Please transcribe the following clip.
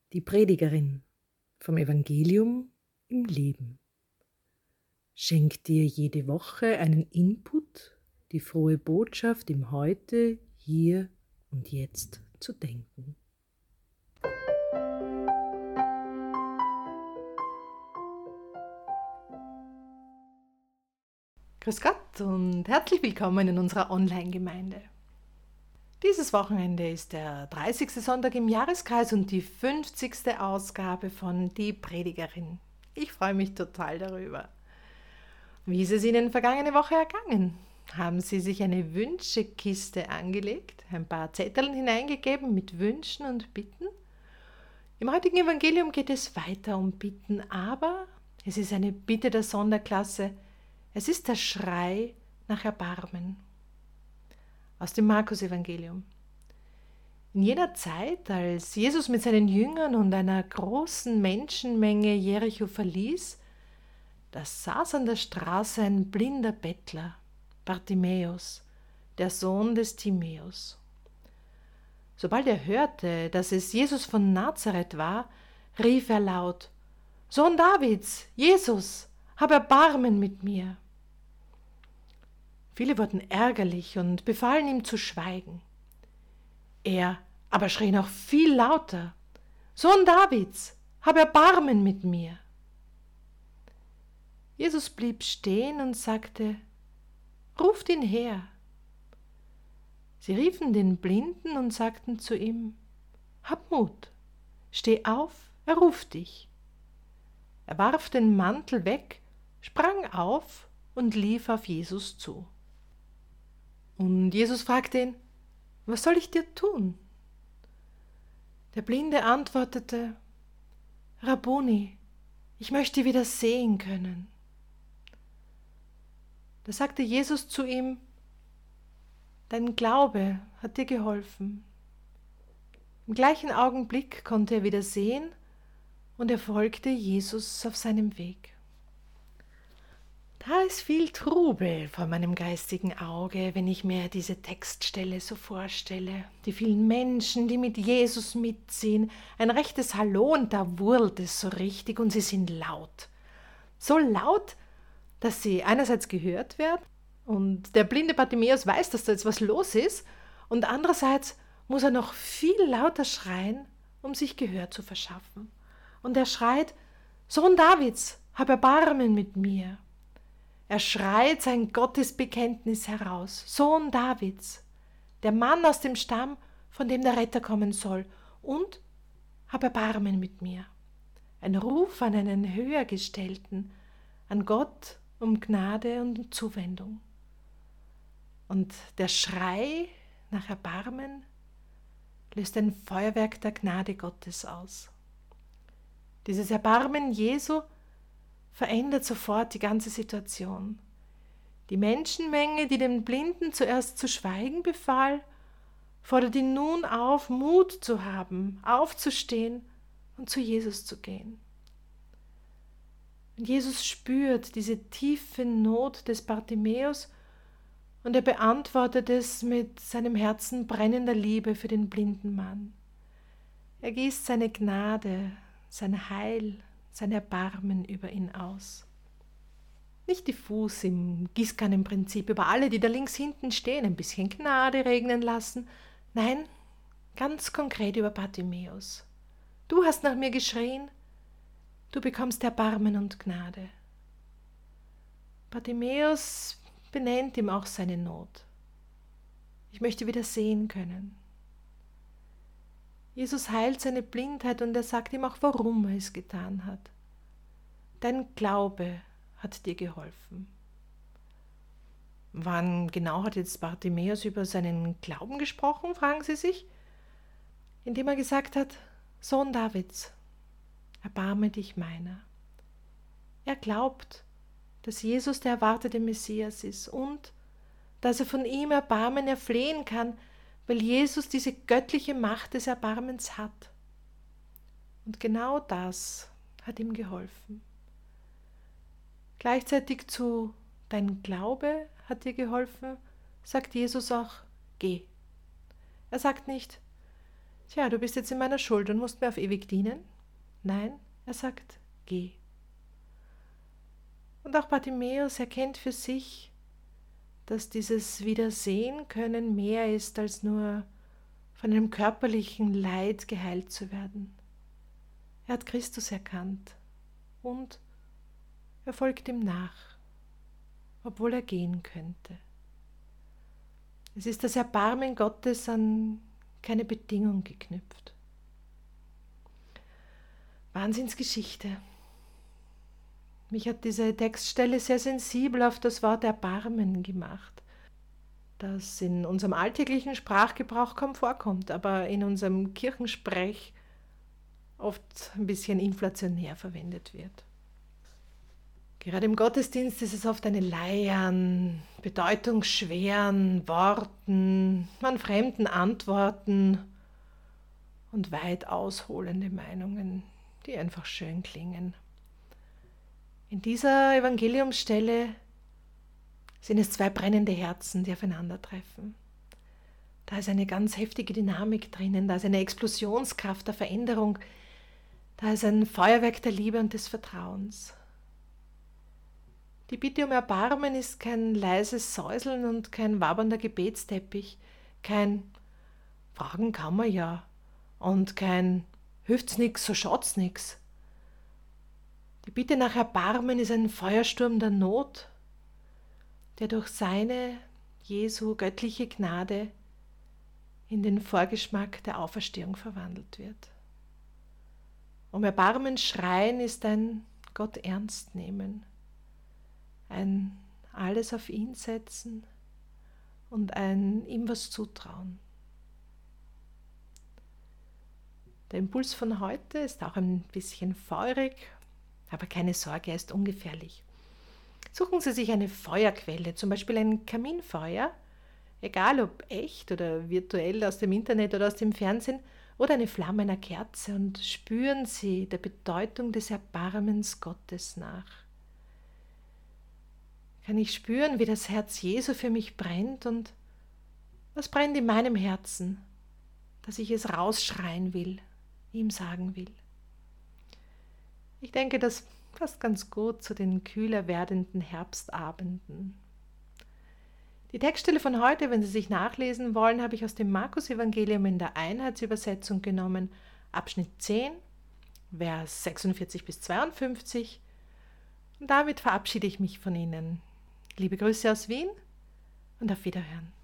Die Predigerin vom Evangelium im Leben schenkt dir jede Woche einen Input, die frohe Botschaft im Heute, Hier und Jetzt zu denken. Grüß Gott und herzlich willkommen in unserer Online-Gemeinde. Dieses Wochenende ist der 30. Sonntag im Jahreskreis und die 50. Ausgabe von Die Predigerin. Ich freue mich total darüber. Wie ist es Ihnen vergangene Woche ergangen? Haben Sie sich eine Wünschekiste angelegt, ein paar Zetteln hineingegeben mit Wünschen und Bitten? Im heutigen Evangelium geht es weiter um Bitten, aber es ist eine Bitte der Sonderklasse. Es ist der Schrei nach Erbarmen. Aus dem Markus-Evangelium. In jener Zeit, als Jesus mit seinen Jüngern und einer großen Menschenmenge Jericho verließ, da saß an der Straße ein blinder Bettler, Bartimäus, der Sohn des Timäus. Sobald er hörte, dass es Jesus von Nazareth war, rief er laut: »Sohn Davids, Jesus, hab Erbarmen mit mir!« Viele wurden ärgerlich und befahlen ihm zu schweigen. Er aber schrie noch viel lauter: »Sohn Davids, hab Erbarmen mit mir!« Jesus blieb stehen und sagte: »Ruft ihn her!« Sie riefen den Blinden und sagten zu ihm: »Hab Mut, steh auf, er ruft dich.« Er warf den Mantel weg, sprang auf und lief auf Jesus zu. Und Jesus fragte ihn: »Was soll ich dir tun?« Der Blinde antwortete: »Rabbuni, ich möchte wieder sehen können.« Da sagte Jesus zu ihm: »Dein Glaube hat dir geholfen.« Im gleichen Augenblick konnte er wieder sehen und er folgte Jesus auf seinem Weg. Da ist viel Trubel vor meinem geistigen Auge, wenn ich mir diese Textstelle so vorstelle. Die vielen Menschen, die mit Jesus mitziehen, ein rechtes Hallo, und da wurlt es so richtig und sie sind laut. So laut, dass sie einerseits gehört werden und der blinde Bartimäus weiß, dass da jetzt was los ist, und andererseits muss er noch viel lauter schreien, um sich Gehör zu verschaffen. Und er schreit: »Sohn Davids, hab Erbarmen mit mir!« Er schreit sein Gottesbekenntnis heraus. Sohn Davids, der Mann aus dem Stamm, von dem der Retter kommen soll, und hab Erbarmen mit mir. Ein Ruf an einen Höhergestellten, an Gott um Gnade und Zuwendung. Und der Schrei nach Erbarmen löst ein Feuerwerk der Gnade Gottes aus. Dieses Erbarmen Jesu verändert sofort die ganze Situation. Die Menschenmenge, die dem Blinden zuerst zu schweigen befahl, fordert ihn nun auf, Mut zu haben, aufzustehen und zu Jesus zu gehen. Und Jesus spürt diese tiefe Not des Bartimäus und er beantwortet es mit seinem Herzen brennender Liebe für den blinden Mann. Er gießt seine Gnade, sein Heil, sein Erbarmen über ihn aus. Nicht diffus im Gießkannenprinzip über alle, die da links hinten stehen, ein bisschen Gnade regnen lassen. Nein, ganz konkret über Bartimäus. Du hast nach mir geschrien, du bekommst Erbarmen und Gnade. Bartimäus benennt ihm auch seine Not. Ich möchte wieder sehen können. Jesus heilt seine Blindheit und er sagt ihm auch, warum er es getan hat. Dein Glaube hat dir geholfen. Wann genau hat jetzt Bartimäus über seinen Glauben gesprochen, fragen Sie sich? Indem er gesagt hat: Sohn Davids, erbarme dich meiner. Er glaubt, dass Jesus der erwartete Messias ist und dass er von ihm Erbarmen erflehen kann, weil Jesus diese göttliche Macht des Erbarmens hat. Und genau das hat ihm geholfen. Gleichzeitig zu dein Glaube hat dir geholfen, sagt Jesus auch, geh. Er sagt nicht, Tja, du bist jetzt in meiner Schuld und musst mir auf ewig dienen. Nein, er sagt, geh. Und auch Bartimäus erkennt für sich, dass dieses Wiedersehen können mehr ist, als nur von einem körperlichen Leid geheilt zu werden. Er hat Christus erkannt und er folgt ihm nach, obwohl er gehen könnte. Es ist das Erbarmen Gottes an keine Bedingung geknüpft. Wahnsinnsgeschichte. Mich hat diese Textstelle sehr sensibel auf das Wort Erbarmen gemacht, das in unserem alltäglichen Sprachgebrauch kaum vorkommt, aber in unserem Kirchensprech oft ein bisschen inflationär verwendet wird. Gerade im Gottesdienst ist es oft eine Leier an bedeutungsschweren Worten, an fremden Antworten und weit ausholende Meinungen, die einfach schön klingen. In dieser Evangeliumsstelle sind es zwei brennende Herzen, die aufeinandertreffen. Da ist eine ganz heftige Dynamik drinnen, da ist eine Explosionskraft der Veränderung, da ist ein Feuerwerk der Liebe und des Vertrauens. Die Bitte um Erbarmen ist kein leises Säuseln und kein wabernder Gebetsteppich, kein Fragen kann man ja und kein hilft's nix, so schaut's nix. Die Bitte nach Erbarmen ist ein Feuersturm der Not, der durch seine, Jesu, göttliche Gnade in den Vorgeschmack der Auferstehung verwandelt wird. Um Erbarmen schreien ist ein Gott ernst nehmen, ein alles auf ihn setzen und ein ihm was zutrauen. Der Impuls von heute ist auch ein bisschen feurig, aber keine Sorge, er ist ungefährlich. Suchen Sie sich eine Feuerquelle, zum Beispiel ein Kaminfeuer, egal ob echt oder virtuell aus dem Internet oder aus dem Fernsehen, oder eine Flamme einer Kerze und spüren Sie der Bedeutung des Erbarmens Gottes nach. Kann ich spüren, wie das Herz Jesu für mich brennt und was brennt in meinem Herzen, dass ich es rausschreien will, ihm sagen will. Ich denke, das passt ganz gut zu den kühler werdenden Herbstabenden. Die Textstelle von heute, wenn Sie sich nachlesen wollen, habe ich aus dem Markus-Evangelium in der Einheitsübersetzung genommen, Abschnitt 10, Vers 46 bis 52. Und damit verabschiede ich mich von Ihnen. Liebe Grüße aus Wien und auf Wiederhören.